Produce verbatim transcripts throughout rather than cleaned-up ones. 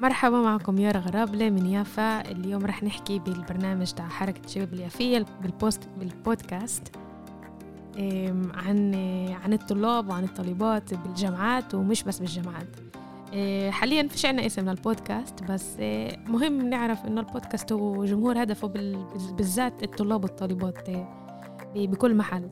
مرحبا، معكم يارا غرابلة من يافا. اليوم رح نحكي بالبرنامج تاع حركة الشباب اليافية بالبوست بالبودكاست عن عن الطلاب وعن الطالبات بالجامعات، ومش بس بالجامعات. حاليا فيش عنا اسم للبودكاست، بس مهم نعرف إنه البودكاست هو جمهور هدفه بالذات الطلاب والطالبات بكل محل.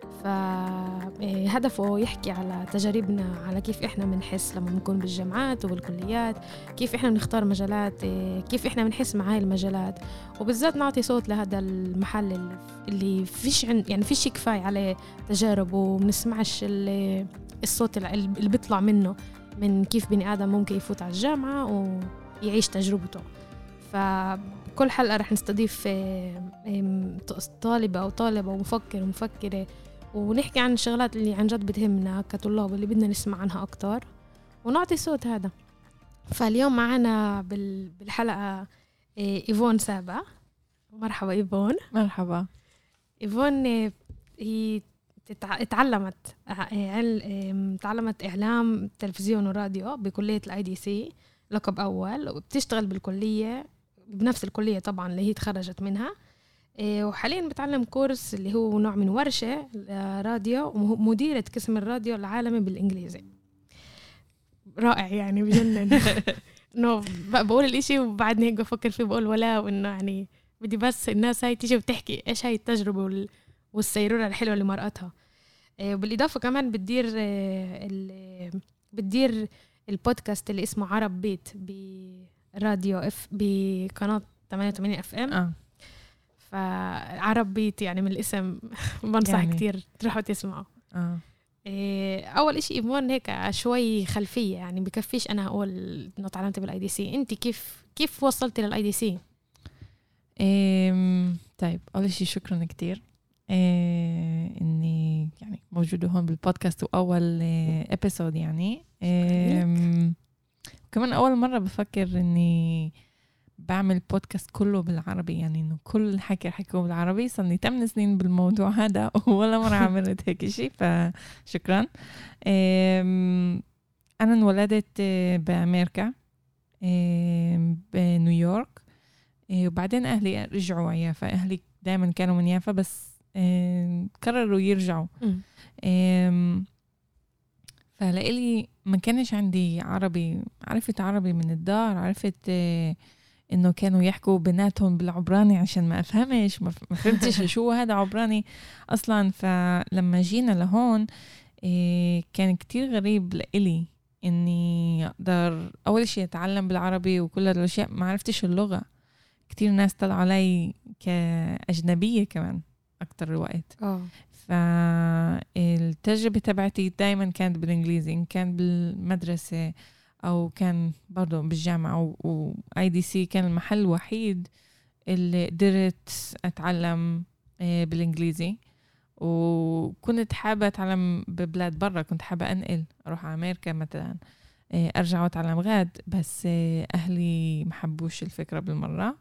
فهدفه يحكي على تجاربنا، على كيف إحنا بنحس لما بنكون بالجامعات وبالكليات، كيف إحنا بنختار مجالات، كيف إحنا بنحس مع هاي المجالات، وبالذات نعطي صوت لهذا المحل اللي فيش عن يعني فيش كفاية على تجارب، وبنسمعش الصوت اللي بيطلع منه من كيف بني آدم ممكن يفوت على الجامعة ويعيش تجربته. فكل حلقة رح نستضيف طالبة أو طالبة ومفكر ومفكرة، ونحكي عن الشغلات اللي عن جد بتهمنا كطلاب، اللي بدنا نسمع عنها أكتر ونعطي صوت هذا. فاليوم معنا بالحلقة إيفون سابا. مرحبا إيفون. مرحبا. إيفون هي تعلمت تعلمت إعلام تلفزيون وراديو بكلية الآي دي سي، لقب أول، وبتشتغل بالكلية بنفس الكلية طبعا اللي هي تخرجت منها. وحاليا بتعلم كورس اللي هو نوع من ورشة راديو، ومديرة قسم الراديو العالمي بالإنجليزي. رائع يعني، بجنن. نو بقول الاشي وبعدني هيك بفكر فيه، بقول ولا وإنه يعني بدي بس الناس هاي تيجي وتحكي إيش هاي التجربة والسيرورة الحلوة اللي مرقتها. بالإضافة كمان بتدير بتدير البودكاست اللي اسمه عرب بيت براديو اف بقناة ثمانية وثمانين اف ام. آه. فعرب بيت يعني من الاسم بنصح يعني كتير تروحوا تسمعوا. آه. إيه أول إشي إيفون هيك شوي خلفية، يعني بكفيش أنا أقول إنه تعلمت بالآي دي سي. أنت كيف كيف وصلتي للآي دي سي؟ إيه طيب، أول شيء شكرا كتير إيه إني يعني موجودة هون بالبودكاست، وأول إيه إبيسود يعني إيه كمان أول مرة بفكر إني بعمل بودكاست كله بالعربي، يعني إنه كل الحكي حكيه بالعربي. صار لي ثمان سنين بالموضوع هذا ولا مرة عملت هيك شيء، فشكرا. أنا انولدت بأمريكا بنيويورك، وبعدين أهلي رجعوا على يافا. أهلي دائما كانوا من يافا، بس قرروا يرجعوا. فلقلي ما كانش عندي عربي. عرفت عربي من الدار، عرفت إنه كانوا يحكوا بيناتهم بالعبراني عشان ما أفهمش، ما فهمتش شو هذا عبراني أصلا. فلما جينا لهون كان كتير غريب لإلي إني أقدر أول شيء أتعلم بالعربي، وكل الأشياء ما عرفتش اللغة. كتير ناس طلعوا علي كأجنبية كمان أكتر الوقت. أوه. فالتجربة تبعتي دايما كانت بالإنجليزي، إن كان بالمدرسة أو كان برضو بالجامعة، و آي دي سي كان المحل الوحيد اللي قدرت أتعلم بالإنجليزي. وكنت حابة أتعلم ببلاد برا، كنت حابة أنقل أروح على أمريكا مثلا، أرجع وأتعلم غاد، بس أهلي محبوش الفكرة بالمرة.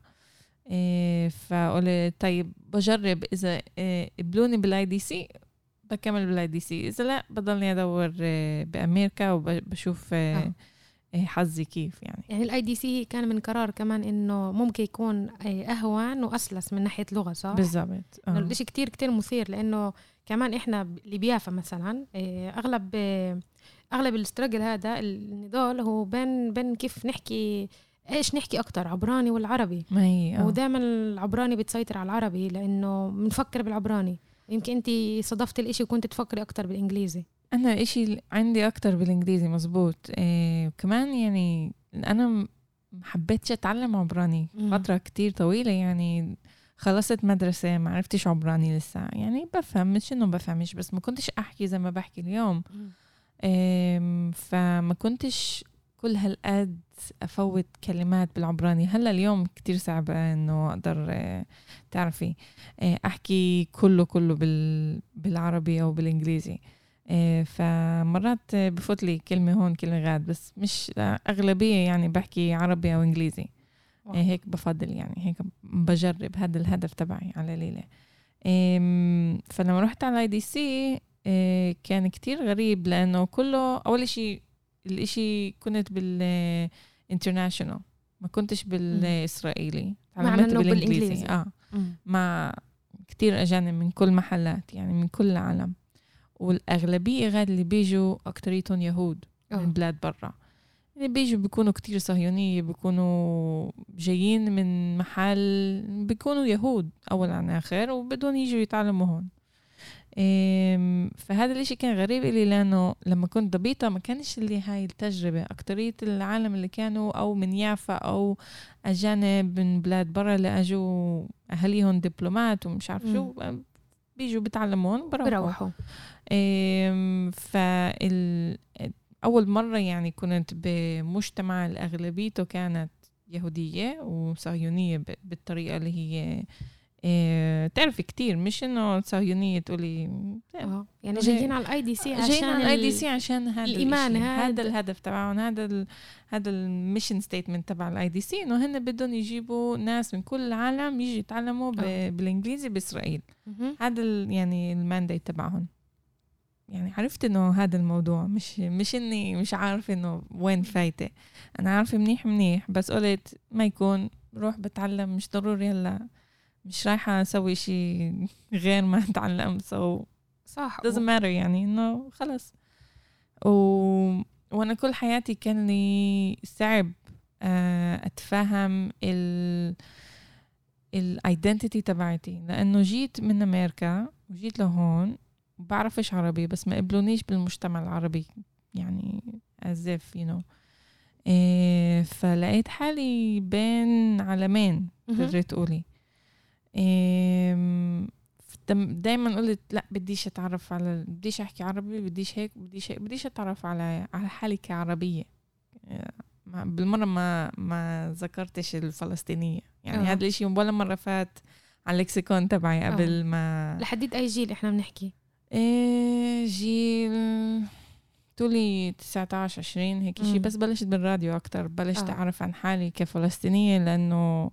فقلت طيب بجرب، إذا قبلوني بالآي دي سي بكمل بالآي دي سي، إذا لا بضلني أدور بأمريكا وبشوف آه. حظي كيف يعني. يعني الآي دي سي كان من قرار كمان إنه ممكن يكون أهون وأسلس من ناحية لغة، صح؟ بالضبط. آه. الشيء كتير كتير مثير، لأنه كمان إحنا اللي بيافا مثلا أغلب أغلب الاستراجل هذا النضال هو بين بين كيف نحكي إيش نحكي أكتر، عبراني والعربي. ما هي آه. ودائما العبراني بتسيطر على العربي لأنه بنفكر بالعبراني. يمكن أنتي صدفت الإشي وكنت تفكري أكتر بالإنجليزي. أنا إشي عندي أكتر بالإنجليزي، مزبوط. إيه وكمان يعني أنا حبيتش أتعلم عبراني فترة كتير طويلة، يعني خلصت مدرسة ما عرفتش عبراني لسه، يعني بفهم مش إنه بفهمش، بس ما كنتش أحكي زي ما بحكي اليوم. إيه فما كنتش كل هالقد أفوت كلمات بالعبراني. هلا اليوم كتير صعب إنه أقدر إيه تعرفي إيه أحكي كله كله بالعربي أو بالإنجليزي. إيه فمرات بفوت لي كلمة هون كلمة غاد، بس مش أغلبية يعني بحكي عربي أو إنجليزي. إيه هيك بفضل يعني هيك بجرب، هذا الهدف تبعي على ليلة. إيه فلما رحت على آي دي سي إيه كان كتير غريب، لأنه كله أول شيء الإشي كنت بال international، ما كنتش بالإسرائيلي، تعلمت بالإنجليزي آه مم. مع كتير أجانب من كل محلات، يعني من كل العالم، والأغلبية غاد اللي بيجوا أكتريتهم يهود أوه. من بلاد برا، اللي بيجوا بيكونوا كتير صهيونية، بيكونوا جايين من محل، بيكونوا يهود أول عن آخر وبدون يجوا يتعلموا هون. فهذا الاشي كان غريب إلي، لأنه لما كنت ضبيطة ما كانش اللي هاي التجربة. أكترية العالم اللي كانوا أو من يافا أو أجانب من بلاد برا اللي أجوا أهليهم دبلومات ومش عارف شو، بيجوا بتعلمون بروحوا. فال أول مرة يعني كنت بمجتمع الأغلبيته كانت يهودية وصهيونية بالطريقة اللي هي إيه، تعرفي كتير، مش إنه صهيونية تقولي اه يعني جايين على الاي دي سي عشان جايين على الاي دي سي عشان هذا الإيمان، هذا الهدف تبعهم، هذا ال هذا الميشن ستيتمنت تبع الاي دي سي، إنه هن بدهم يجيبوا ناس من كل العالم يجي يتعلموا بالإنجليزي بإسرائيل. هذا يعني المانديت تبعهم. يعني عرفت إنه هذا الموضوع مش مش إني مش عارف إنه وين فايته، أنا عارفة منيح منيح، بس قلت ما يكون روح بتعلم، مش ضروري هلا مش رايحة أسوي شيء غير ما أتعلم. so صح doesn't matter، يعني إنه خلص. و... وأنا كل حياتي كان لي صعب أتفهم ال ال identity تبعتي، لأنه جيت من أمريكا وجيت لهون بعرفش عربي، بس ما قبلونيش بالمجتمع العربي يعني as if you know. إيه فلقيت حالي بين علمين تقدري تقولي. دايما قلت لا بديش اتعرف على، بديش احكي عربي، بديش هيك، بديش هيك، بديش اتعرف على على حالي كعربية. بالمرة ما ما ذكرتش الفلسطينية، يعني أوه. هذا الاشي ولا مرة فات على اللكسيكون تبعي قبل أوه. ما لحديت اي جيل احنا بنحكي؟ ايه جيل طولي تسعة عشر عشرين هيك شيء، بس بلشت بالراديو اكتر، بلشت أوه. اعرف عن حالي كفلسطينية، لانه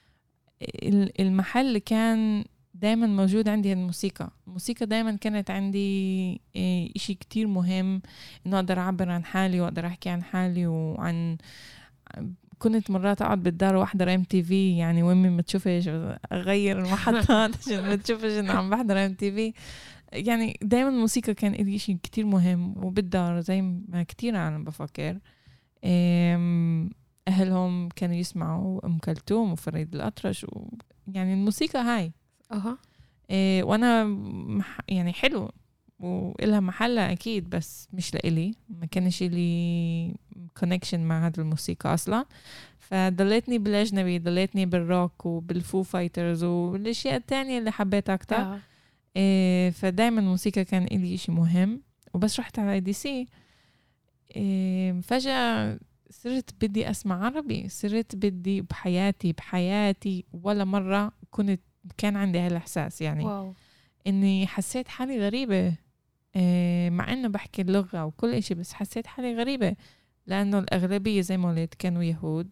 المحل كان دايما موجود عندي الموسيقى. الموسيقى دايما كانت عندي إشي كتير مهم، إنه أقدر أعبر عن حالي وأقدر أحكي عن حالي. وعن كنت مرات أقعد بالدار وأحضر ام تي في، يعني وامي ما تشوفش، أغير المحطات عشان ما تشوفش إنه عم بحضر ام تي في. يعني دايما الموسيقى كان إلي إشي كتير مهم، وبالدار زي ما كتير عالم بفكر أهلهم كانوا يسمعوا أم كلثوم وفريد الأطرش و... يعني الموسيقى هاي أها إيه، وأنا مح... يعني حلو وإلها محلة أكيد، بس مش لإلي، ما كانش لي كونكشن مع هذا الموسيقى أصلا. فضليتني بالأجنبي، ضليتني بالروك وبالفو فايترز والأشياء التانية اللي حبيتها أكتر. أه. إيه فدايما الموسيقى كان إلي إشي مهم. وبس رحت على اي دي سي إيه فجأة صرت بدي أسمع عربي، صرت بدي بحياتي بحياتي ولا مرة كنت كان عندي هالإحساس، يعني واو. إني حسيت حالي غريبة إيه مع إنه بحكي اللغة وكل إشي، بس حسيت حالي غريبة لأنه الأغلبية زي ما قلت كانوا يهود،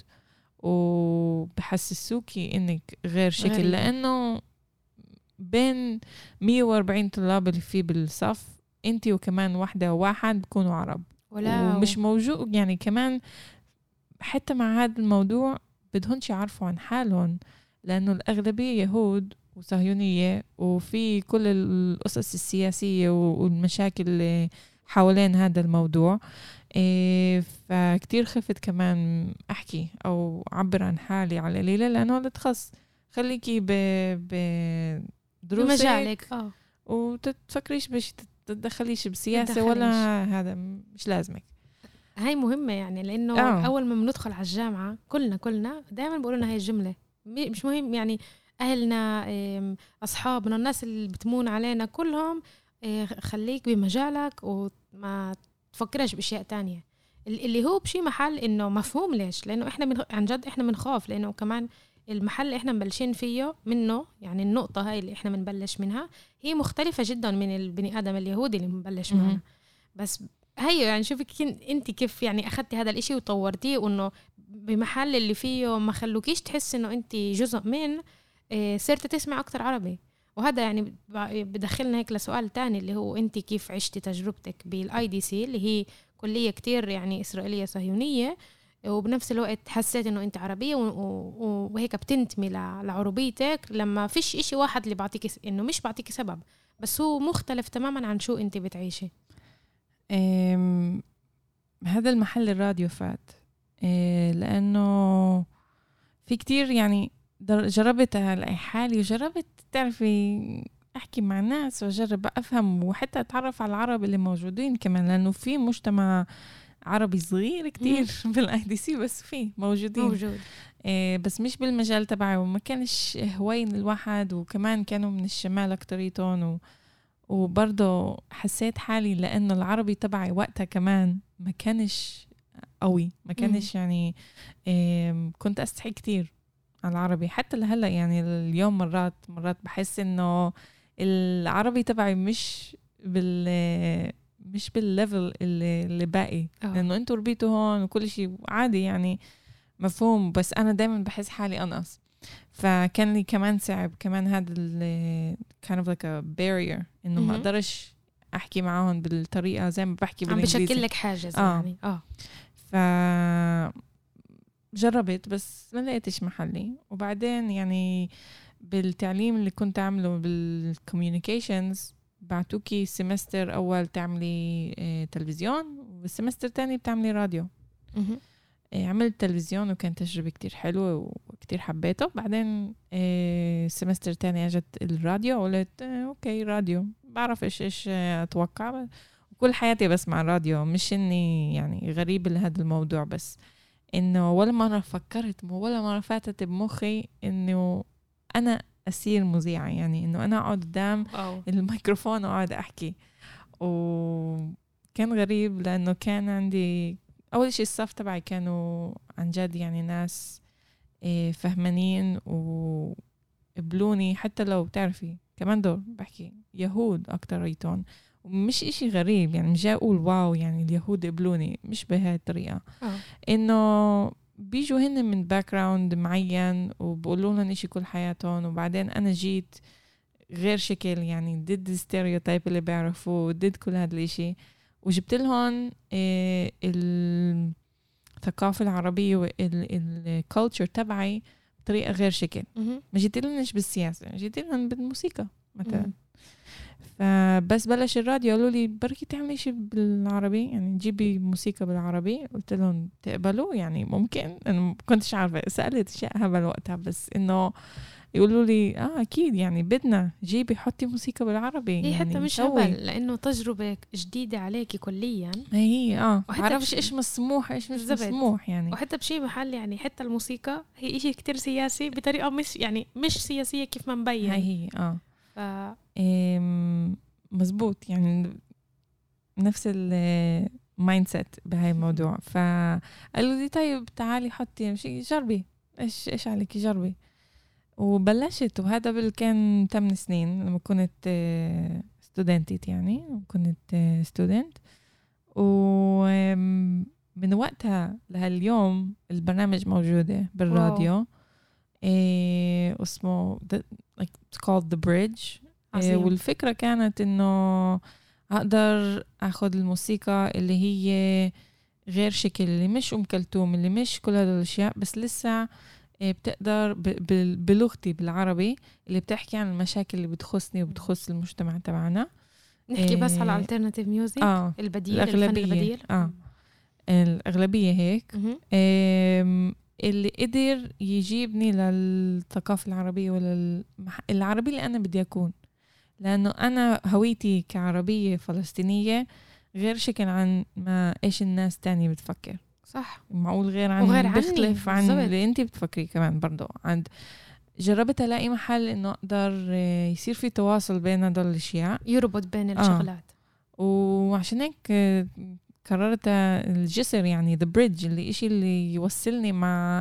وبحسسوكي إنك غير شكل غريبة. لأنه بين مية وأربعين طلاب اللي فيه بالصف أنتي وكمان واحدة واحد بكونوا عرب ولا ومش موجود. يعني كمان حتى مع هذا الموضوع بدهنش يعرفوا عن حالهم، لأنه الأغلبية يهود وصهيونية، وفي كل القصص السياسية والمشاكل اللي حوالين هذا الموضوع. إيه فكتير خفت كمان أحكي أو عبر عن حالي على قليلة، لأنه لتخص خليكي بدروسك بمجالك اه وتتفكريش باش تتدخليش بسياسة ولا هذا مش لازمك. هاي مهمة يعني، لأنه أوه. أول ما بندخل على الجامعة كلنا كلنا دائما بقولنا هاي الجملة، مش مهم يعني أهلنا أصحابنا الناس اللي بتمون علينا كلهم خليك بمجالك وما تفكرش بأشياء تانية، اللي هو بشي محل إنه مفهوم ليش، لأنه إحنا من عن جد إحنا بنخاف، لأنه كمان المحل اللي إحنا مبلشين فيه منه، يعني النقطة هاي اللي إحنا بنبلش منها هي مختلفة جدا من البني آدم اليهودي اللي مبلش معنا. بس هي يعني شوفك انت كيف يعني اخذتي هذا الاشي وطورتيه، وانه بمحل اللي فيه ما خلوكيش تحس انه انت جزء من إيه، صرت تسمع اكتر عربي. وهذا يعني بدخلنا هيك لسؤال تاني اللي هو انت كيف عشتي تجربتك بالاي دي سي اللي هي كلية كتير يعني اسرائيلية صهيونية، وبنفس الوقت حسيت انه انت عربية وهيك بتنتمي لعربيتك لما فيش اشي واحد اللي بعطيك انه مش بعطيك سبب بس هو مختلف تماما عن شو انت بتعيشي. هذا المحل الراديو فات إيه لانه في كتير يعني جربت على حالي وجربت تعرفي احكي مع الناس واجرب افهم وحتى اتعرف على العرب اللي موجودين كمان لانه في مجتمع عربي صغير كتير بالاي دي سي بس في موجودين موجود إيه بس مش بالمجال تبعي وما كانش هوين الواحد وكمان كانوا من الشمال اكتريتون و... وبرضه حسيت حالي لانه العربي تبعي وقتها كمان ما كانش قوي ما كانش يعني إيه كنت استحي كتير على العربي حتى لهلا يعني اليوم مرات مرات بحس انه العربي تبعي مش بال مش بالليفل اللي, اللي باقي أوه. لانه انتوا ربيتوا هون وكل شيء عادي يعني مفهوم بس انا دايما بحس حالي انقص فكان لي كمان صعب كمان هذا ال kind of like a barrier انه ما اقدرش احكي معاهم بالطريقه زي ما بحكي بالانجليزي عم بشكل لك حاجز آه. يعني اه ف جربت بس ما لقيتش محلي وبعدين يعني بالتعليم اللي كنت أعمله بالكوميونيكيشنز بعتوكي سمستر أول تعملي اه تلفزيون والسمستر تاني بتعملي راديو اه عملت تلفزيون وكان تجربة كتير حلوة وكتير حبيته بعدين اه سمستر تاني أجت الراديو وقلت اه أوكي راديو بعرف إيش إيش أتوقع وكل حياتي بسمع راديو مش إني يعني غريب لهذا الموضوع بس إنه ولا مرة فكرت ولا مرة فاتت بمخي إنه أنا أصير مذيعة يعني إنه أنا أقعد قدام الميكروفون وأقعد أحكي وكان غريب لأنه كان عندي أول شيء الصف تبعي كانوا عن جد يعني ناس فهمانين وقبلوني حتى لو بتعرفي كمان دول بحكي يهود أكتر ريتون مش إشي غريب يعني مش جاي أقول واو يعني اليهود قبلوني مش بهاي الطريقة أوه. إنه بيجوا هن من باكراوند معين وبقولوا لهم إشي كل حياتهم وبعدين أنا جيت غير شكل يعني ضد الستيريوتايب اللي بيعرفوه ضد كل هذا الإشي وجبت لهم إيه الثقافة العربية والكالتشر تبعي بطريقة غير شكل ما جيت لهمش بالسياسة جيت لهم بالموسيقى مثلا فبس بلش الراديو قالوا لي بركي تعملي شيء بالعربي يعني جيبي موسيقى بالعربي قلت لهم تقبلوا يعني ممكن انا ما كنتش عارفه سالت اشياء هبل وقتها بس انه يقولوا لي اه اكيد يعني بدنا جيبي حطي موسيقى بالعربي هي يعني حتى مش هبل لانه تجربه جديده عليكي كليا ما هي اه بعرفش ايش مسموح ايش مش مسموح يعني وحتى بشيء محل يعني حتى الموسيقى هي شيء كتير سياسي بطريقه مش يعني مش سياسيه كيف ما مبين هي هي اه ف مزبوط يعني نفس المايند سيت بهاي الموضوع فقالوا لي طيب تعالي حطي شيء جربي ايش ايش عليكي جربي وبلشت وهذا بال كان ثمان سنين لما كنت ستودنتيت يعني كنت ستودنت ومن وقتها لهاليوم البرنامج موجودة بالراديو إيه اسمه like it's called The Bridge إيه والفكرة كانت إنه أقدر أخذ الموسيقى اللي هي غير شكل اللي مش أم كلثوم اللي مش كل هذه الأشياء بس لسه بتقدر بلغتي بالعربي اللي بتحكي عن المشاكل اللي بتخصني وبتخص المجتمع تبعنا نحكي بس على alternative music آه البديل الفن البديل آه الأغلبية هيك اللي قدر يجيبني للثقافة العربية ولا العربية اللي أنا بدي أكون لأنه أنا هويتي كعربية فلسطينية غير شكل عن ما إيش الناس تاني بتفكر صح معقول غير عن وغير بيختلف عن اللي انتي بتفكري كمان برضو عند جربت ألاقي محل إنه أقدر يصير في تواصل بين هدول الأشياء يربط بين الشغلات آه. وعشان هيك قررت الجسر يعني the bridge اللي إشي اللي يوصلني مع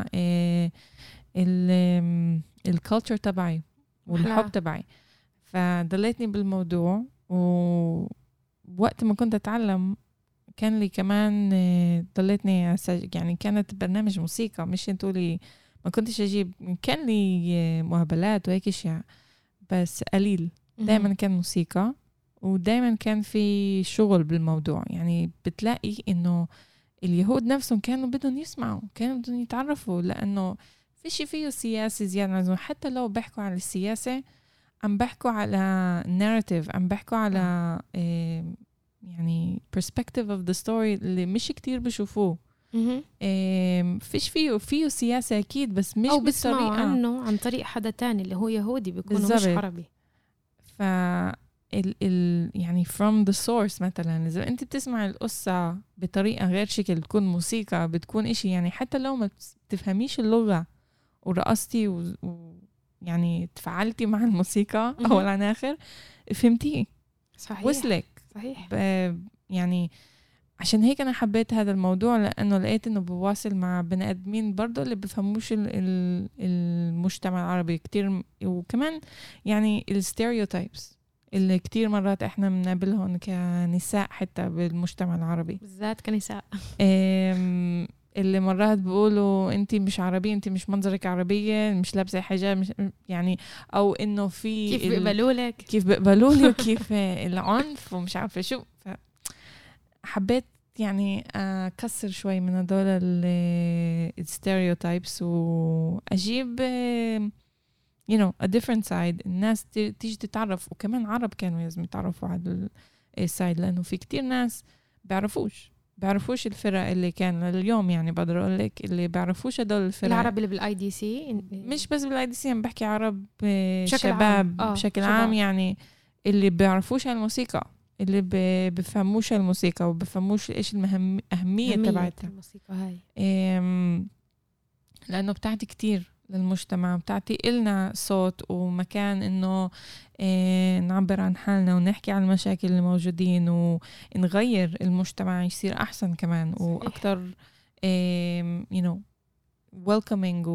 الكالتشر تبعي والحب تبعي فضليتني بالموضوع ووقت ما كنت أتعلم كان لي كمان ضليتني يعني كانت برنامج موسيقى مش انتولي ما كنتش أجيب كان لي مهبلات وهيك اشياء بس قليل دايما كان موسيقى ودايما كان في شغل بالموضوع يعني بتلاقي انه اليهود نفسهم كانوا بدهم يسمعوا، كانوا بدهم يتعرفوا، لأنه فيش فيه سياسة زيادة. حتى لو بحكوا عن السياسة عم بحكوا على narrative، عم بحكوا على إيه يعني perspective of the story اللي مش كتير بشوفوه. إيه فيش فيه فيه سياسة أكيد، بس مش أو بسمعوا بالطريقة عنه عن طريق حدا تاني اللي هو يهودي بيكونوا بالزبط. مش عربي. ف ال ال يعني from the source مثلا إذا أنت بتسمع القصة بطريقة غير شكل، تكون موسيقى، بتكون إشي يعني حتى لو ما بتفهميش اللغة ورقصتي و... و... يعني تفعلتي مع الموسيقى أول عن آخر فهمتيه، صحيح وصلك صحيح. ب... يعني عشان هيك أنا حبيت هذا الموضوع، لأنه لقيت إنه بواصل مع بني آدمين برضو اللي بفهموش ال... ال... المجتمع العربي كتير، وكمان يعني الستيريوتايبس اللي كتير مرات احنا بنقابلهم كنساء حتى بالمجتمع العربي، بالذات كنساء اللي مرات بيقولوا انتي مش عربية، انتي مش منظرك عربية، مش لابسة حجاب، مش يعني، او انه في كيف بيقبلوا لك كيف بيقبلوا لي وكيف العنف ومش عارفة شو. حبيت يعني اكسر شوي من هدول الستيريوتايبس واجيب you know a different side، الناس تيجي تتعرف، وكمان عرب كانوا لازم يتعرفوا على السايد، لأنه في كتير ناس بيعرفوش بيعرفوش الفرق اللي كان اليوم، يعني بقدر أقول لك اللي بيعرفوش هدول الفرق العرب اللي بالاي دي سي، مش بس بالاي دي سي، عم بحكي عرب بشكل شباب عام. بشكل شباب. عام، يعني اللي بيعرفوش الموسيقى، اللي بفهموش الموسيقى وبفهموش إيش المهم أهمية تبعتها الموسيقى هاي، لأنه بتاعتي كتير للمجتمع، بتعطي إلنا صوت ومكان إنه إيه نعبر عن حالنا ونحكي عن المشاكل اللي موجودين ونغير المجتمع يصير أحسن كمان. صحيح. وأكتر إيه you know welcoming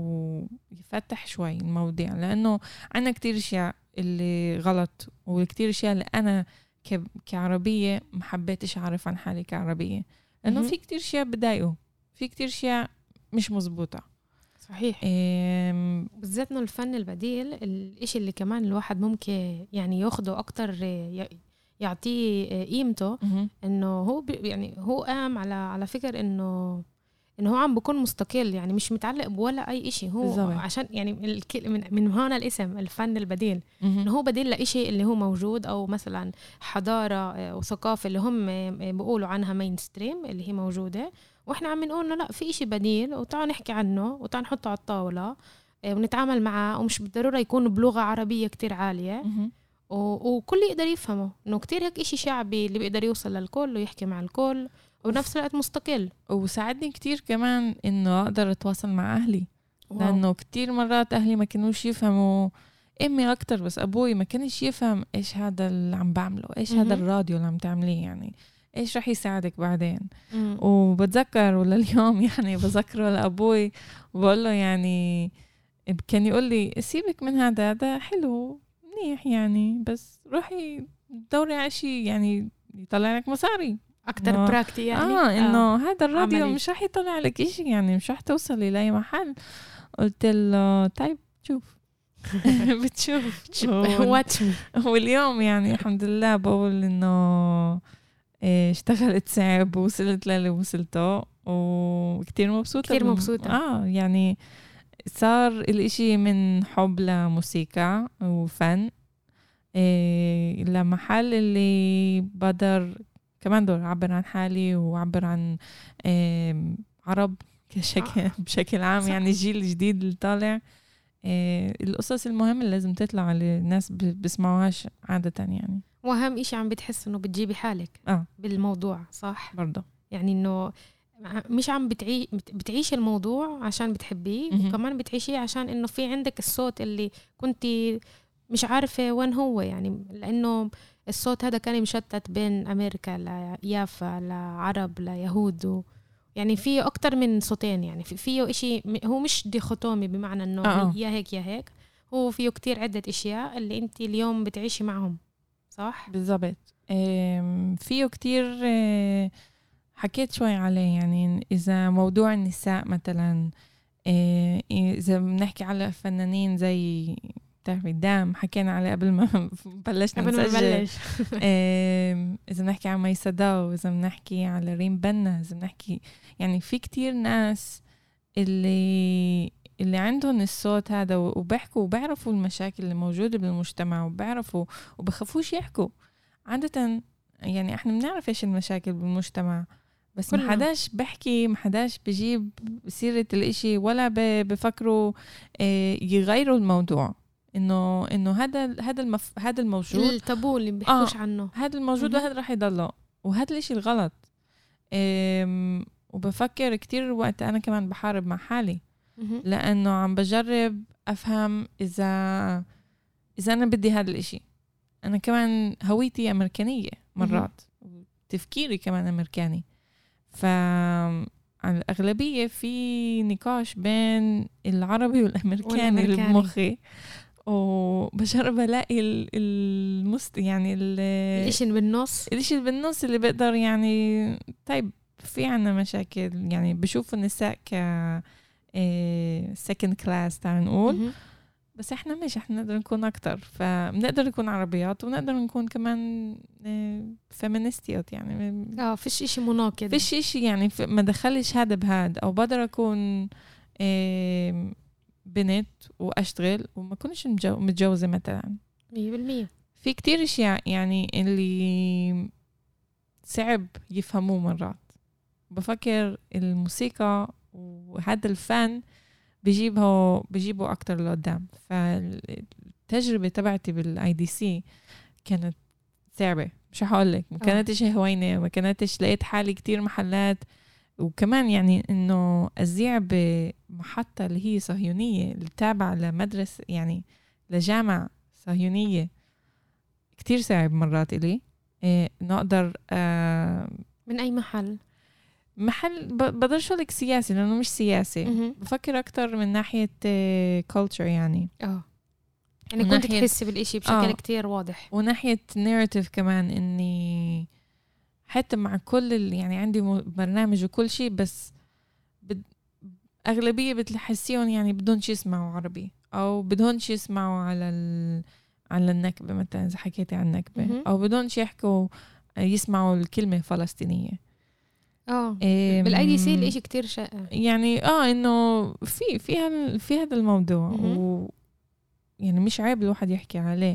ويفتح شوي المواضيع، لأنه عنا كتير أشياء اللي غلط، وكتير أشياء اللي أنا كعربية محبتش أعرف عن حالي كعربية، لأنه في كتير أشياء بدايقه، في كتير أشياء مش مزبوطة. صحيح. بالذات انه الفن البديل الاشي اللي كمان الواحد ممكن يعني ياخده اكتر يعطيه قيمته، انه هو يعني هو قام على على فكر انه انه هو عم بكون مستقل، يعني مش متعلق بولا اي اشي هو بالزبط. عشان يعني من من هنا الاسم الفن البديل، انه هو بديل لاشي اللي هو موجود، او مثلا حضارة وثقافة اللي هم بيقولوا عنها مينستريم اللي هي موجودة، واحنا عم نقول له لا في اشي بديل، وتعالوا نحكي عنه وتعالوا نحطه على الطاولة ونتعامل معه، ومش بالضرورة يكون بلغة عربية كتير عالية وكل يقدر يفهمه، انه كتير هيك اشي شعبي اللي بيقدر يوصل للكل ويحكي مع الكل ونفس الوقت مستقل. وساعدني كتير كمان انه اقدر اتواصل مع اهلي، لانه كتير مرات اهلي ما كانوش يفهموا، امي اكتر بس ابوي ما كانش يفهم ايش هذا اللي عم بعمله، ايش هذا الراديو اللي عم تعمليه، يعني ايش رح يساعدك بعدين. مم. وبتذكر ولا اليوم يعني بذكره لابوي وبقول له يعني كان يقول لي سيبك من هذا، هذا حلو منيح يعني، بس روحي دوري على شيء يعني يطلع لك مصاري اكتر براكتي يعني. اه انه آه. هذا الراديو عملي. مش رح يطلع لك إشي، يعني مش رح توصلي لاي محل. قلت له طيب شوف بتشوف واتش مي. واليوم يعني الحمد لله بقول انه اشتغلت صعب ووصلت للي وصلته، وكتير مبسوطة كتير مبسوطة. اه يعني صار الاشي من حب لموسيقى وفن إيه لمحل اللي بقدر كمان دور أعبر عن حالي وأعبر عن إيه عرب كشكل آه. بشكل عام. صح. يعني الجيل الجديد اللي طالع إيه القصص المهمة اللي لازم تطلع للناس بسمعوهاش عادة يعني. وأهم إشي عم بتحس إنه بتجيبي حالك آه. بالموضوع صح برضه، يعني إنه مش عم بتعيش بتعيش الموضوع عشان بتحبيه، وكمان بتعيشيه عشان إنه في عندك الصوت اللي كنتي مش عارفة وين هو، يعني لأنه الصوت هذا كان مشتت بين أمريكا ليافا لعرب ليهود و... يعني فيه أكتر من صوتين، يعني فيه إشي هو مش ديخوتومي بمعنى إنه آه. يا هيك يا هيك، هو فيه كتير عدة إشياء اللي أنت اليوم بتعيشي معهم صح؟ بالضبط. فيه كتير حكيت شوي عليه، يعني إذا موضوع النساء مثلا، إذا بنحكي على فنانين زي تعرفي دام حكينا عليه قبل ما بلشنا قبل ما نبلش. إذا إذا نحكي عن مي صداو، إذا نحكي على ريم بنا، إذا نحكي يعني في كتير ناس اللي اللي عندهم الصوت هذا وبيحكوا وبيعرفوا المشاكل اللي موجودة بالمجتمع وبيعرفوا وبخافوش يحكوا. عادة يعني احنا بنعرف ايش المشاكل بالمجتمع، بس ما حداش بحكي، ما حداش بجيب سيرة الاشي ولا بفكروا يغيروا الموضوع. انه انه هذا هذا المف... هذا الموجود التابو اللي بيحكوش آه عنه، هذا الموجود وهذا راح يضله، وهذا الاشي الغلط. وبفكر كتير وقت انا كمان بحارب مع حالي، لانه عم بجرب افهم اذا اذا انا بدي هذا الاشي. انا كمان هويتي امريكانيه مرات، تفكيري كمان امريكاني، فعلى الاغلبيه في نقاش بين العربي والامريكاني اللي بمخي، وبجرب الاقي المست يعني الاشي اللي بالنص الاشي اللي بالنص اللي بقدر يعني طيب في عنا مشاكل، يعني بشوف النساء ك second class تعال نقول، بس احنا مش احنا نقدر نكون اكتر، فبنقدر نكون عربيات ونقدر نكون كمان فيمينيستيات. يعني اه فيش اشي مناقض، فيش اشي يعني ما دخلش هذا بهذا، او بقدر اكون بنت واشتغل وما كنش متجوزة مثلا مية بالمية. في كتير اشياء يعني اللي صعب يفهموه مرات. بفكر الموسيقى وهذا الفن بيجيبه بيجيبه أكتر لقدام. فالتجربة تبعتي بالاي دي سي كانت صعبة، مش هقولك ما كانتش هوينة، ما كانتش لقيت حالي كتير محلات. وكمان يعني إنه أذيع بمحطة اللي هي صهيونية اللي تابعة لمدرسة يعني لجامعة صهيونية كتير صعب مرات إلي إيه نقدر آه من أي محل محل بقدرش أقولك سياسي لأنه مش سياسي. م- بفكر أكتر من ناحية كولتشر يعني اه يعني كنت تحسي بالإشي بشكل آه. كتير واضح، وناحية ناريتيف كمان إني حتى مع كل ال... يعني عندي برنامج وكل شيء، بس بد... أغلبية بتحسيهم يعني بدونش يسمعوا عربي أو بدونش يسمعوا على ال... على النكبة مثلا إذا حكيتي عن النكبة م- أو بدونش يحكوا يسمعوا الكلمة فلسطينية. اه بالاي دي سي الاشي كتير شائع يعني اه انه في في هال في هذا الموضوع و يعني مش عيب الواحد يحكي عليه،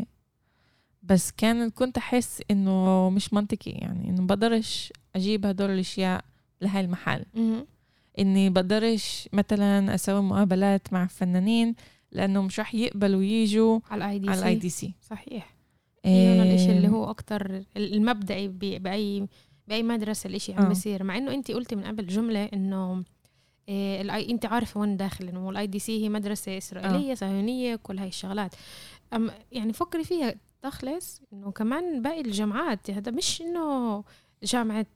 بس كان كنت احس انه مش منطقي، يعني انه بقدرش اجيب هدول الاشياء لهاي المحل م- اني بقدرش مثلا اسوي مقابلات مع فنانين لانه مش راح يقبلوا ييجوا على الاي دي سي. صحيح. إيه هنا الاشي اللي هو اكتر المبدئي باي باي مدرسه الاشي عم بيصير، مع انه انت قلتي من قبل جمله انه إيه الاي انت عارفه وين داخل، انه الاي دي سي هي مدرسه اسرائيليه صهيونيه كل هاي الشغلات. أم يعني فكري فيها تخلص انه كمان باقي الجامعات، هذا مش انه جامعه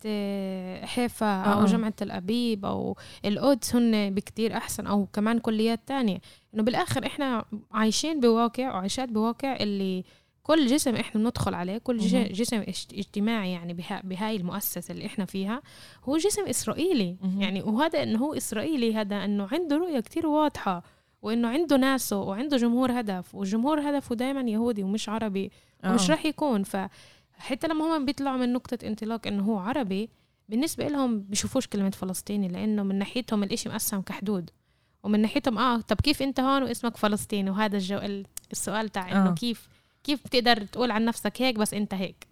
حيفا او أوه. جامعه تل ابيب او القدس هن بكتير احسن، او كمان كليات تانية. انه بالاخر احنا عايشين بواقع وعايشات بواقع اللي كل جسم احنا بندخل عليه، كل جسم اجتماعي يعني بهاي المؤسسة اللي احنا فيها هو جسم اسرائيلي مه. يعني وهذا انه هو اسرائيلي، هذا انه عنده رؤية كتير واضحة، وانه عنده ناسه وعنده جمهور هدف، والجمهور هدفه دايما يهودي ومش عربي أوه. ومش راح يكون. فحتى لما هم بيطلعوا من نقطة انطلاق انه هو عربي، بالنسبة لهم بيشوفوش كلمة فلسطيني، لانه من ناحيتهم الاشي مقسم كحدود، ومن ناحيتهم اه طب كيف انت هون واسمك فلسطيني؟ وهذا الجو السؤال تاع انه كيف كيف بتقدر تقول عن نفسك هيك بس انت هيك.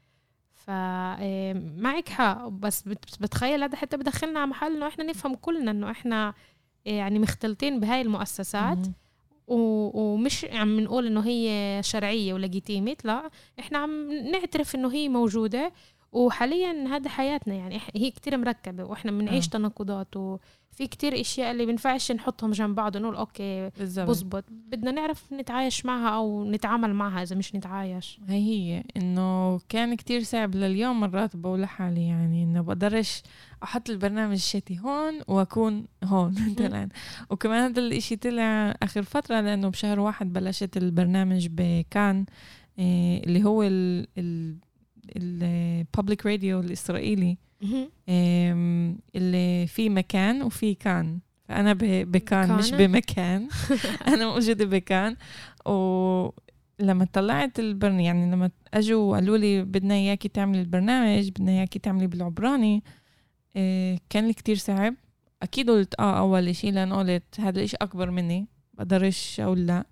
فمعك حق، بس بتخيل هذا حتى بدخلنا على محل انه احنا نفهم كلنا انه احنا يعني مختلطين بهاي المؤسسات ومش عم نقول انه هي شرعية ولا ليجيتيميت، لا احنا عم نعترف انه هي موجودة وحاليا هذا حياتنا. يعني هي كتير مركبة واحنا بنعيش تناقضات، وفي كتير اشياء اللي بنفعش نحطهم جنب بعض ونقول اوكي بزبط، بدنا نعرف نتعايش معها او نتعامل معها اذا مش نتعايش. هي هي انه كان كتير صعب لليوم مرات بقول لحالي يعني انه بقدرش احط البرنامج الشتي هون واكون هون مثلا. وكمان هذا الاشي طلع اخر فترة لانه بشهر واحد بلشت البرنامج بكان إيه اللي هو ال ال البابليك راديو الإسرائيلي اللي في مكان وفي كان، فأنا بكان مش بمكان أنا موجودة بكان. و لما طلعت البرنامج يعني لما اجوا وقالوا لي بدنا اياكي تعملي البرنامج بدنا اياكي تعملي بالعبراني إيه كان لي كتير صعب. اكيد قلت اه اول شيء لان قلت هذا الاشي اكبر مني بقدرش اقول لا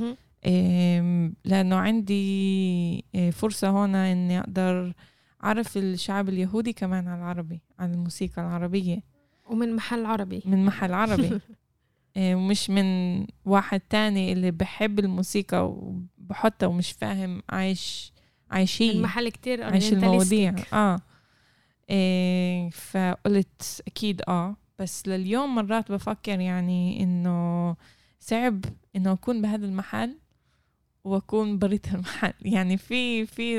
إيه لانه عندي إيه فرصة هنا اني اقدر اعرف الشعب اليهودي كمان على العربي على الموسيقى العربية ومن محل عربي من محل عربي ومش من واحد تاني اللي بحب الموسيقى وبحطها ومش فاهم عايش عايشين من محل كتير عايش المواضيع اه إيه فقلت اكيد اه بس لليوم مرات بفكر يعني انه صعب انه اكون بهذا المحل واكون بريت المحل يعني في في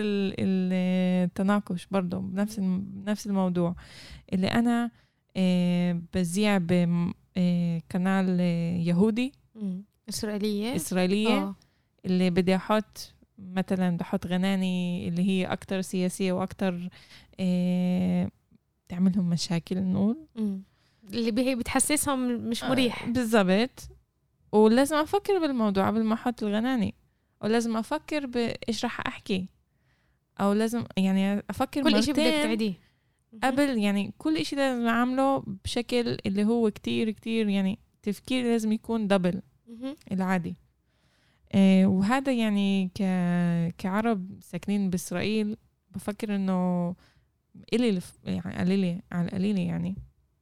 التناقش برضه بنفس بنفس الموضوع اللي انا إيه بذيع ب قناة يهودي إسرائيلية إسرائيلية أوه. اللي بدي أحط مثلا بحط غناني اللي هي أكتر سياسية وأكتر إيه تعملهم مشاكل نقول مم. اللي هي بتحسسهم مش مريح آه بالضبط. ولازم أفكر بالموضوع قبل ما أحط الغناني ولازم أفكر بإيش رح أحكي أو لازم يعني أفكر كل إشي بدك تعديه قبل يعني كل إشي لازم أعمله بشكل اللي هو كتير كتير يعني تفكير لازم يكون دبل العادي. آه وهذا يعني ك... كعرب ساكنين بإسرائيل بفكر إنه إلي يعني قليلي على قليلي يعني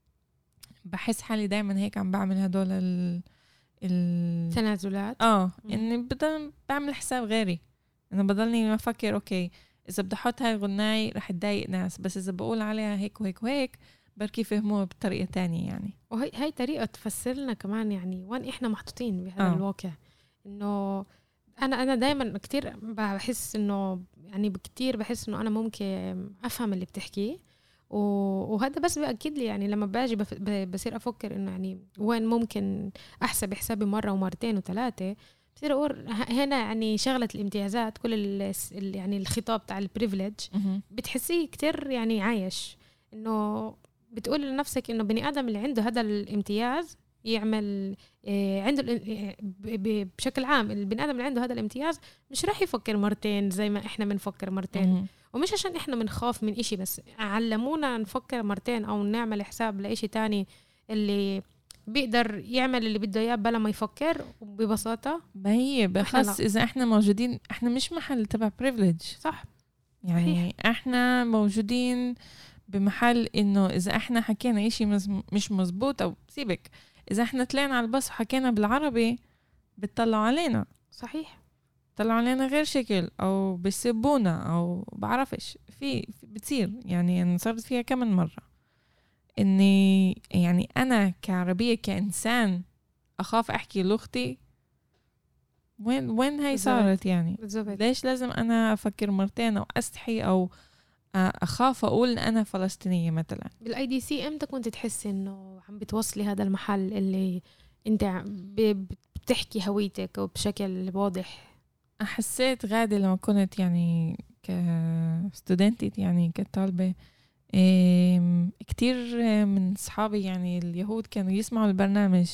بحس حالي دايما هيك عم بعمل هدول ال ال تنازلات آه إني بدل بعمل حساب غيري إنه بضلني أفكر أوكي إذا بدي أحط هاي الغناي رح تضايق ناس بس إذا بقول عليها هيك وهيك وهيك بركي فهموها بطريقة تانية يعني. وهي هاي طريقة تفسر لنا كمان يعني وين إحنا محطوطين بهذا آه. الواقع إنه أنا أنا دايما كتير بحس إنه يعني بكتير بحس إنه أنا ممكن أفهم اللي بتحكيه وهذا بس بأكد لي يعني لما باجي بصير أفكر إنه يعني وين ممكن أحسب حسابي مرة ومرتين وثلاثة بصير أقول هنا يعني شغلة الامتيازات كل ال يعني الخطاب تاع البريفليج بتحسيه كتير يعني عايش إنه بتقول لنفسك إنه بني آدم اللي عنده هذا الامتياز يعمل إيه عنده بشكل عام البني آدم اللي عنده هذا الامتياز مش راح يفكر مرتين زي ما إحنا بنفكر مرتين ومش عشان إحنا بنخاف من إشي بس علمونا نفكر مرتين أو نعمل حساب لإشي تاني اللي بيقدر يعمل اللي بده إياه بلا ما يفكر ببساطة. ما هي بخص إذا إحنا موجودين إحنا مش محل تبع بريفليج صح يعني صحيح. إحنا موجودين بمحل إنه إذا إحنا حكينا إشي مش مزبوط أو سيبك إذا إحنا طلعنا على الباص وحكينا بالعربي بتطلعوا علينا صحيح طلعوا علينا غير شكل أو بيسبونا أو بعرفش في بتصير يعني أنا صارت فيها كمان مرة إني يعني أنا كعربية كإنسان أخاف أحكي لغتي وين وين هاي صارت يعني بالزبط. ليش لازم أنا أفكر مرتين أو أستحي أو أخاف أقول إن أنا فلسطينية مثلا. بالاي دي سي امتى كنت تحسي إنه عم بتوصلي هذا المحل اللي أنت بتحكي هويتك وبشكل واضح؟ حسيت غادي لما كنت يعني كستودنتي يعني كطالبة كتير من صحابي يعني اليهود كانوا يسمعوا البرنامج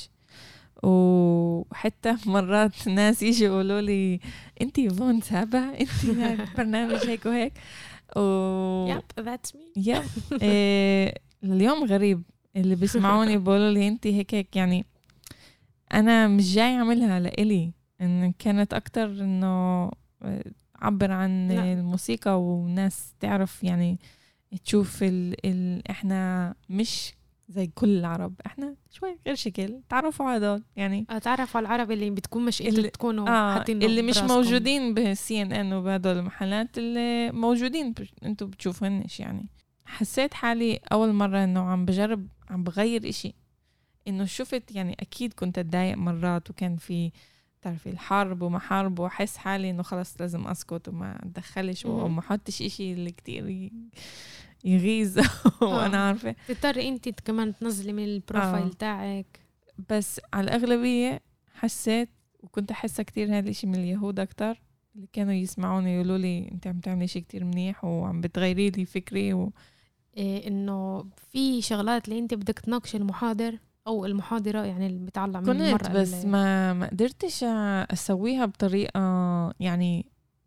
وحتى مرات ناس يجي يقولوا لي انتي فون سابا انتي برنامج هيك وهيك و yep that's me يب إيه اليوم غريب اللي بيسمعوني بيقولوا لي انتي هيك هيك يعني انا مش جاي اعملها لإلي ان كانت اكتر انه عبر عن لا. الموسيقى والناس تعرف يعني تشوف ال ال احنا مش زي كل العرب احنا شوي غير شكل تعرفوا على دول يعني تعرفوا على العرب اللي بتكون مش اللي تكونوا آه حاطينه اللي مش موجودين بسي ان ان وبهدول المحلات اللي موجودين انتوا بتشوفوهنش يعني. حسيت حالي اول مرة انه عم بجرب عم بغير اشي انه شفت يعني اكيد كنت اتضايق مرات وكان في تعرفي الحرب وما حرب واحس حالي انه خلص لازم اسكت وما ادخلش وما احطش اشي اللي كتير يغيظ وانا عارفه تضطري انت كمان تنزلي من البروفايل آه. تاعك. بس على الاغلبيه حسيت وكنت احسها كتير هذا الشيء من اليهود اكتر اللي كانوا يسمعوني يقولوا لي انت عم تعملي شيء كتير منيح وعم بتغيري لي فكري و... إيه انه في شغلات اللي انت بدك تناقش المحاضر او المحاضره يعني اللي بتعلم كنت المرة بس اللي... ما ما قدرتش اسويها بطريقه يعني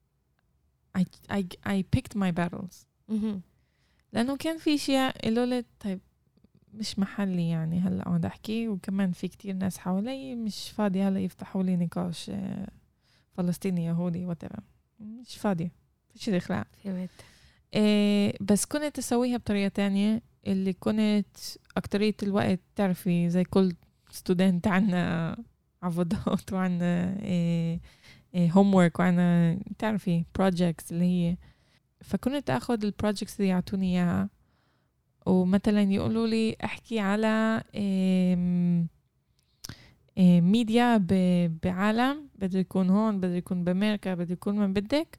I I I picked my battles. مهم. لانه كان في شيء قالوا لي طيب مش محلي يعني هلا عم احكي، وكمان في كتير ناس حوالي مش فاضيه هلا يفتحوا لي نقاش فلسطيني يهودي whatever، مش فاضيه فيش دخل. فهمت. إيه بس كنت اسويها بطريقه تانية اللي كنت اكترية الوقت تعرفي زي كل ستودنت عنا عبودات وعنا إيه إيه homework وعنا تعرفي projects اللي هي، فكنت اخذ البروجكتس اللي يعطوني اياها ومثلا يقولوا لي احكي على إيه إيه ميديا بعالم بده يكون هون بده يكون بامريكا بده يكون من بدك،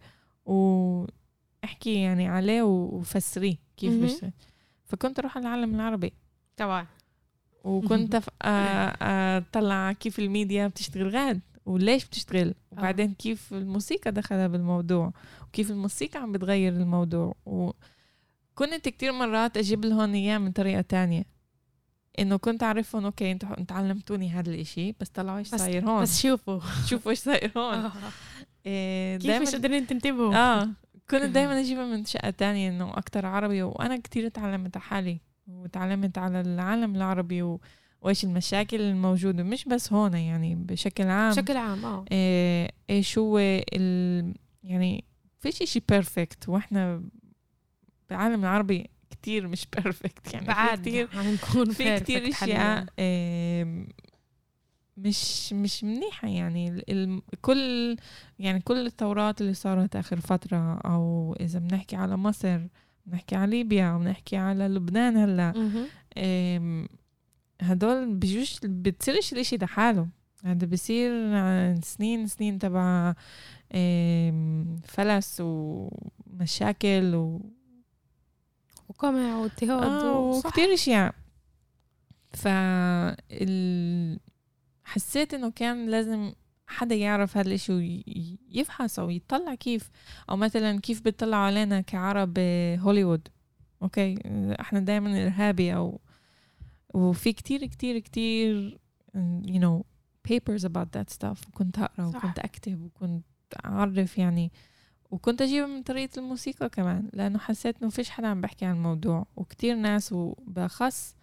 واحكي يعني عليه وفسريه كيف بيشتغل. فكنت اروح على العالم العربي طبعا، وكنت اطلع كيف الميديا بتشتغل غاد وليش بتشتغل، وبعدين كيف الموسيقى دخلها بالموضوع وكيف الموسيقى عم بتغير الموضوع. وكنت كتير مرات اجيب لهم اياه من طريقة تانية، انه كنت اعرفهم اوكي انتوا انت علمتوني هذا الاشي بس طلعوا ايش صاير هون، بس شوفوا شوفوا ايش صاير هون. إيه كيف مش قادرين تنتبهوا. اه كنت دايما اجيبها من شقة تانية انه اكتر عربي، وانا كتير تعلمت على حالي وتعلمت على العالم العربي و... وايش المشاكل الموجودة مش بس هون يعني بشكل عام بشكل عام اه إيه ايش هو ال... يعني فيش اشي بيرفكت، واحنا بالعالم العربي كتير مش بيرفكت يعني بعد في كتير هنكون في كتير اشياء إيه مش مش منيحة يعني ال... كل يعني كل الثورات اللي صارت آخر فترة، أو إذا بنحكي على مصر بنحكي على ليبيا أو بنحكي على لبنان هلا إيه هدول بيجوش بتصيرش الاشي ده حاله، هذا بيصير سنين سنين تبع إيه فلس ومشاكل و... وقمع واضطهاد آه وكتير اشياء. فال حسيت انه كان لازم حدا يعرف هذا الاشي ويفحص او يطلع كيف، او مثلا كيف بيطلع علينا كعرب هوليوود. اوكي احنا دايما ارهابي، او وفي كتير كتير كتير you know papers about that stuff، وكنت اقرا وكنت اكتب وكنت اعرف يعني، وكنت اجيبها من طريقة الموسيقى كمان، لانه حسيت انه فيش حدا عم بحكي عن الموضوع، وكتير ناس وبخص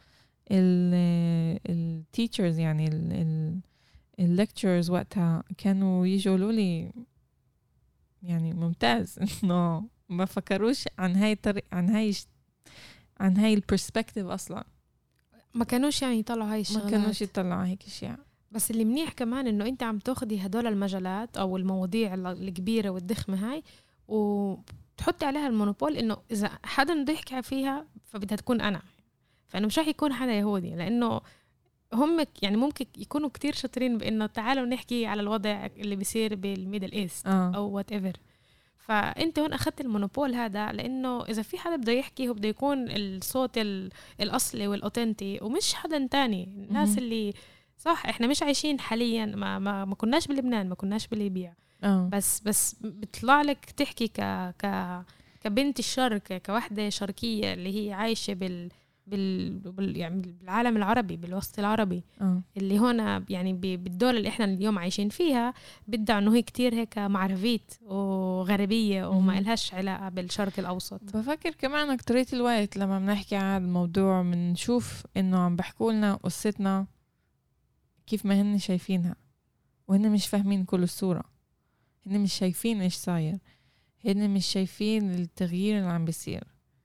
ال ال teachers يعني ال ال الليكتشرز وقتها كانوا يجوا لي يعني ممتاز انه ما فكروش عن هاي الطريق عن هاي عن هاي البرسبكتيف اصلا، ما كانوش يعني يطلعوا هاي الشغلات، ما كانوش يطلعوا هيك اشياء. بس اللي منيح كمان انه انت عم تاخدي هدول المجالات او المواضيع الكبيره والضخمه هاي وتحطي عليها المونوبول، انه اذا حدا بده يحكي فيها فبدها تكون انا، فانه مش راح يكون حدا يهودي، لانه هم يعني ممكن يكونوا كتير شاطرين بانه تعالوا نحكي على الوضع اللي بيصير بالميدل ايست آه. او وات ايفر. فانت هون اخذت المونوبول هذا، لانه اذا في حدا بده يحكي هو بده يكون الصوت الاصلي والاوتنتي ومش حدا تاني. الناس اللي صح احنا مش عايشين حاليا، ما ما, ما كناش بلبنان، ما كناش بليبيا، آه. بس بس بيطلع لك تحكي ك ك كبنت الشرق، كواحدة شرقية اللي هي عايشة بال بال, بال... يعني بالعالم العربي، بالوسط العربي أوه. اللي هنا يعني بالدولة اللي احنا اليوم عايشين فيها، بدها انه هي كتير هيك معرفيت وغربية وما إلهاش علاقة بالشرق الأوسط. بفكر كمان أكترية الوقت لما بنحكي عن الموضوع بنشوف انه عم بحكوا لنا قصتنا كيف ما هن شايفينها، وهن مش فاهمين كل الصورة، هن مش شايفين ايش صاير، هن مش شايفين التغيير اللي عم بيصير.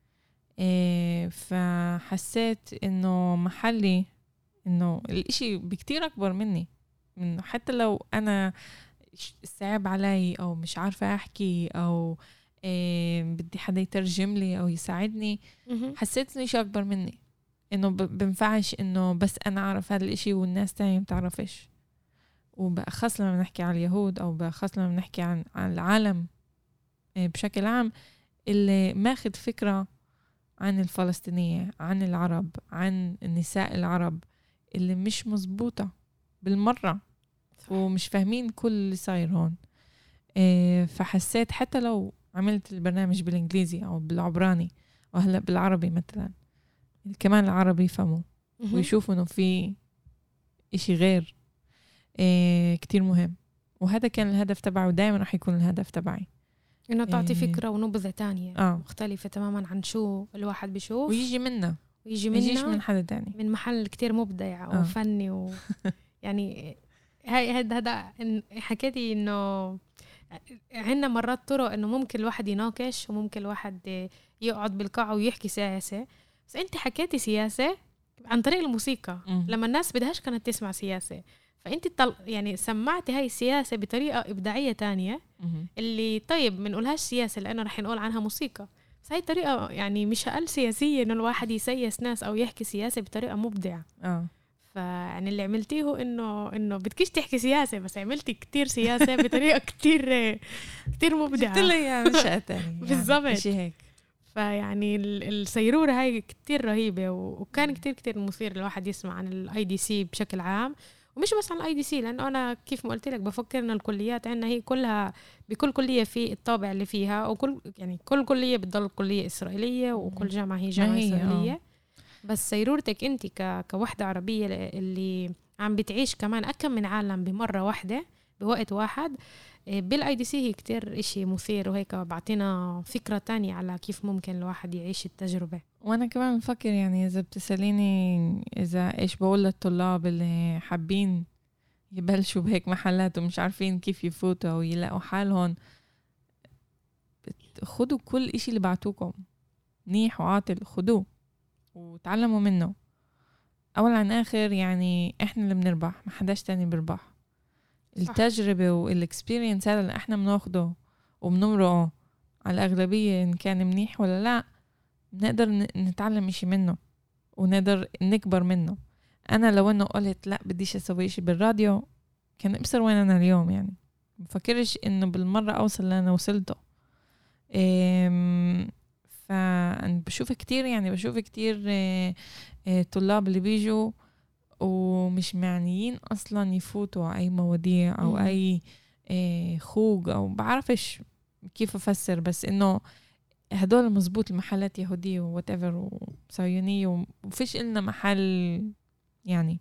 إيه فحسيت انه محلي انه الاشي بكتير اكبر مني، من حتى لو انا صعب علي او مش عارفة احكي او إيه بدي حدا يترجم لي او يساعدني، حسيت انه اشي اكبر مني، انه بنفعش انه بس انا اعرف هذا الاشي والناس تانية متعرفش. وبأخص لما نحكي على اليهود او بأخص لما نحكي عن, عن العالم إيه بشكل عام اللي ماخد فكرة عن الفلسطينية، عن العرب، عن النساء العرب اللي مش مزبوطة بالمرة، ومش فاهمين كل اللي صاير هون. إيه فحسيت حتى لو عملت البرنامج بالإنجليزي أو بالعبراني وهلأ بالعربي مثلا، كمان العربي يفهموا ويشوفوا إنه في إشي غير إيه كتير مهم. وهذا كان الهدف تبعه ودائما رح يكون الهدف تبعي إنه تعطي إيه فكرة ونبذة تانية آه. مختلفة تماما عن شو الواحد بيشوف ويجي منا ويجي يجيش منا من حدا تاني من محل كتير مبدع آه. وفني و... يعني هاي هذا هذا حكيتي إنه عنا مرات طرق إنه ممكن الواحد يناقش وممكن الواحد يقعد بالقاعة ويحكي سياسة. بس أنت حكيتي سياسة عن طريق الموسيقى م. لما الناس بدهاش كانت تسمع سياسة، فأنت طل... يعني سمعتي هاي السياسة بطريقة إبداعية تانية م. اللي طيب منقولهاش سياسة لأنه رح نقول عنها موسيقى. بس هاي طريقة يعني مش أقل سياسية إنه الواحد يسيس ناس أو يحكي سياسة بطريقة مبدعة. آه. فيعني اللي عملتيه إنه إنه بدكيش تحكي سياسة بس عملتي كتير سياسة بطريقة كتير كتير مبدعة. جبت لي يعني مش تاني بالضبط. شيء هيك. فيعني السيرورة هاي كتير رهيبة وكان كتير كتير مثير الواحد يسمع عن الاي دي سي بشكل عام ومش بس عن الاي دي سي، لانه انا كيف ما قلت لك بفكر ان الكليات عندنا هي كلها بكل كلية في الطابع اللي فيها، وكل يعني كل كلية بتضل كلية اسرائيلية وكل جامعة هي جامعة هي اسرائيلية. أوه. بس سيرورتك انت ك كوحدة عربية اللي عم بتعيش كمان اكم من عالم بمرة واحدة بوقت واحد بالاي دي سي هي كتير اشي مثير وهيك بعطينا فكرة تانية على كيف ممكن الواحد يعيش التجربة. وانا كمان بفكر يعني اذا بتسأليني اذا ايش بقول للطلاب اللي حابين يبلشوا بهيك محلات ومش عارفين كيف يفوتوا او يلاقوا حالهم، خدوا كل اشي اللي بعتوكم منيح وعاطل، خدوه وتعلموا منه. اول عن اخر يعني احنا اللي بنربح، ما حداش تاني بيربح. التجربة والاكسبيرينس هذا اللي احنا بناخده وبنمرقه على الأغلبية إن كان منيح ولا لا، نقدر نتعلم إشي منه ونقدر نكبر منه. أنا لو إنه قلت لا بديش أسوي إشي بالراديو كان أبصر وين أنا اليوم، يعني مفكرش إنه بالمرة أوصل لأنا وصلته. فأنا بشوف كتير يعني بشوف كتير طلاب اللي بيجوا ومش معنيين أصلا يفوتوا أي مواضيع أو أي خوج أو بعرفش كيف أفسر، بس إنه هدول مزبوط المحلات يهودية وwhatever وصهيونية وفيش إلنا محل يعني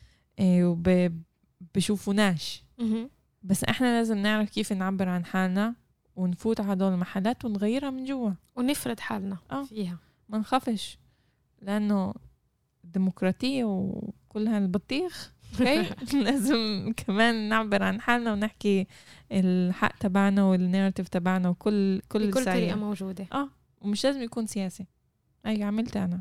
وبشوفوناش، بس إحنا لازم نعرف كيف نعبر عن حالنا ونفوت على هدول المحلات ونغيرها من جوا ونفرد حالنا آه. فيها، ما نخافش لأنه ديمقراطية وكل هالبطيخ لازم كمان نعبر عن حالنا ونحكي الحق تبعنا والنارتيف تبعنا وكل كل بكل طريقة موجودة. اه ومش لازم يكون سياسي. اي عملت انا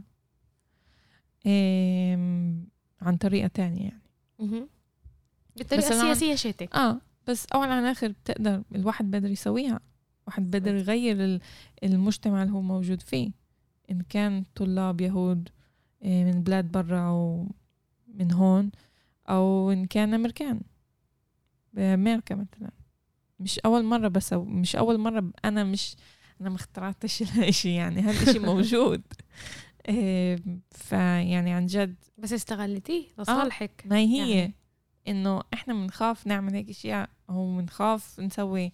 إيه عن طريقة تانية يعني مه. بالطريقة السياسية شيتك اه بس اول عن اخر بتقدر الواحد بقدر يسويها، واحد بقدر يغير المجتمع اللي هو موجود فيه، ان كان طلاب يهود من بلاد برا أو من هون أو إن كان أمريكان بأمريكا مثلا. مش أول مرة بس أو مش أول مرة أنا مش أنا مخترعتش الاشي، يعني هذا الشيء موجود. فيعني عن جد بس استغلتيه لصالحك. آه ما هي يعني. إنه إحنا منخاف نعمل هيك أشياء أو منخاف نسوي،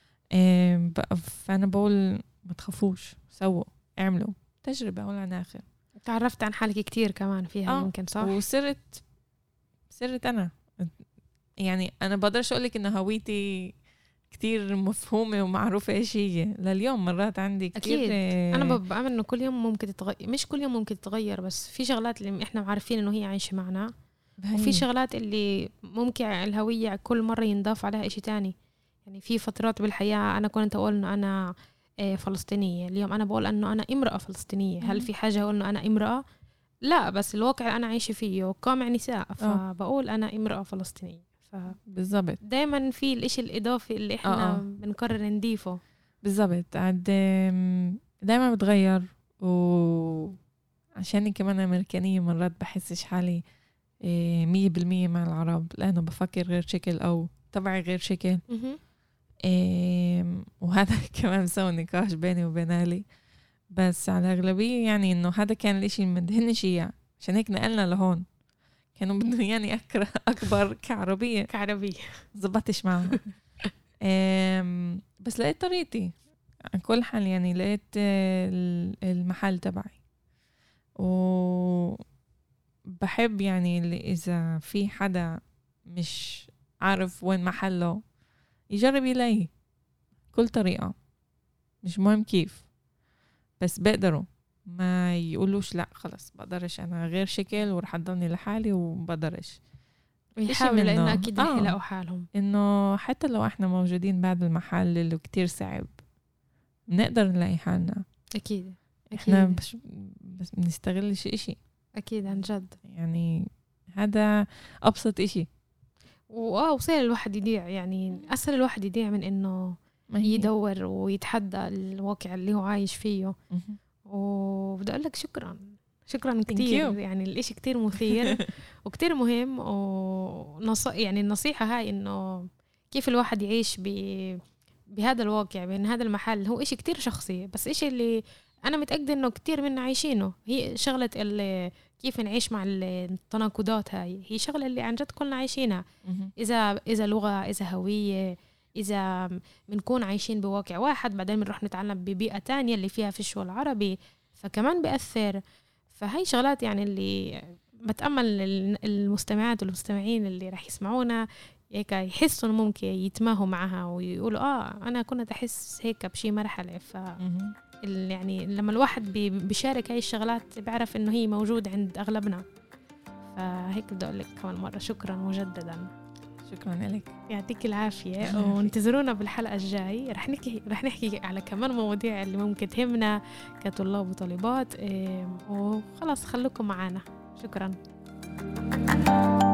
فأنا بقول ما تخافوش، سووا اعملوا تجربة أول عن آخر. تعرفت عن حالك كتير كمان فيها آه. يمكن صح. وصرت صرت أنا يعني أنا بقدرش أقولك إن هويتي كتير مفهومة ومعروفة إيش هي لليوم. مرات عندي كتير أكيد. أنا بأمن إنه كل يوم ممكن تتغير، مش كل يوم ممكن تتغير، بس في شغلات اللي إحنا عارفين إنه هي عايشة معنا بهي. وفي شغلات اللي ممكن الهوية كل مرة ينضاف عليها إشي تاني. يعني في فترات بالحياة أنا كنت أقول إنه أنا فلسطينية، اليوم أنا بقول إنه أنا امرأة فلسطينية. هل في حاجة أقول إنه أنا امرأة؟ لا، بس الواقع اللي أنا عايشة فيه قامع نساء، فبقول أنا امرأة فلسطينية. بالضبط. دايما في الإشي الإضافي اللي إحنا آه. بنقرر نضيفه. بالضبط. عاد دايما بتغير، وعشاني كمان أمريكانية مرات بحسش حالي مية بالمية مع العرب، لأنه بفكر غير شكل أو طبعي غير شكل. إيه وهذا كمان بسوي نقاش بيني وبين أهلي، بس على الأغلبية يعني إنه هذا كان الإشي اللي مدهنش إياه، عشان هيك نقلنا لهون. كانوا بدهم يعني أكره أكبر كعربية كعربية زبطش معهم. إيه بس لقيت طريقتي على كل حال، يعني لقيت المحل تبعي، وبس بحب يعني اللي إذا في حدا مش عارف وين محله يجرب يلاقيه كل طريقة، مش مهم كيف، بس بقدروا ما يقولوش لا خلص بقدرش أنا غير شكل ورح أضلني لحالي وبقدرش. يحاولوا لأنه أكيد رح يلاقوا حالهم. إنه حتى لو إحنا موجودين بعد المحل اللي كتير صعب نقدر نلاقي حالنا. أكيد. إحنا بس بس بنستغلش إشي. أكيد عن جد. يعني هذا أبسط إشي. وآه وصير الواحد يضيع، يعني أسهل الواحد يضيع من إنه يدور ويتحدى الواقع اللي هو عايش فيه. وبدي أقول لك شكرا شكرا كتير، يعني الإشي كتير مثير وكتير مهم. ونص يعني النصيحة هاي إنه كيف الواحد يعيش ب بهذا الواقع بين هذا المحل هو إشي كتير شخصي، بس إشي اللي أنا متأكدة إنه كتير منا عايشينه. هي شغلة اللي كيف نعيش مع التناقضات، هاي هي شغلة اللي عن جد كلنا عايشينها. إذا إذا لغة، إذا هوية، إذا بنكون عايشين بواقع واحد بعدين بنروح نتعلم ببيئة تانية اللي فيها فيش العربي، فكمان بيأثر. فهي شغلات يعني اللي بتأمل المستمعات والمستمعين اللي رح يسمعونا هيك يحسوا إنه ممكن يتماهوا معها ويقولوا آه أنا كنت أحس هيك بشي مرحلة. ف يعني لما الواحد بيشارك هاي الشغلات بيعرف إنه هي موجود عند أغلبنا. فهيك بدي أقول لك كمان مرة شكرا مجددا. شكرا لك، يعطيك العافية. وانتظرونا بالحلقة الجاي، رح نحكي رح نحكي على كمان مواضيع اللي ممكن تهمنا كطلاب وطالبات. وخلاص خلوكم معنا. شكرا.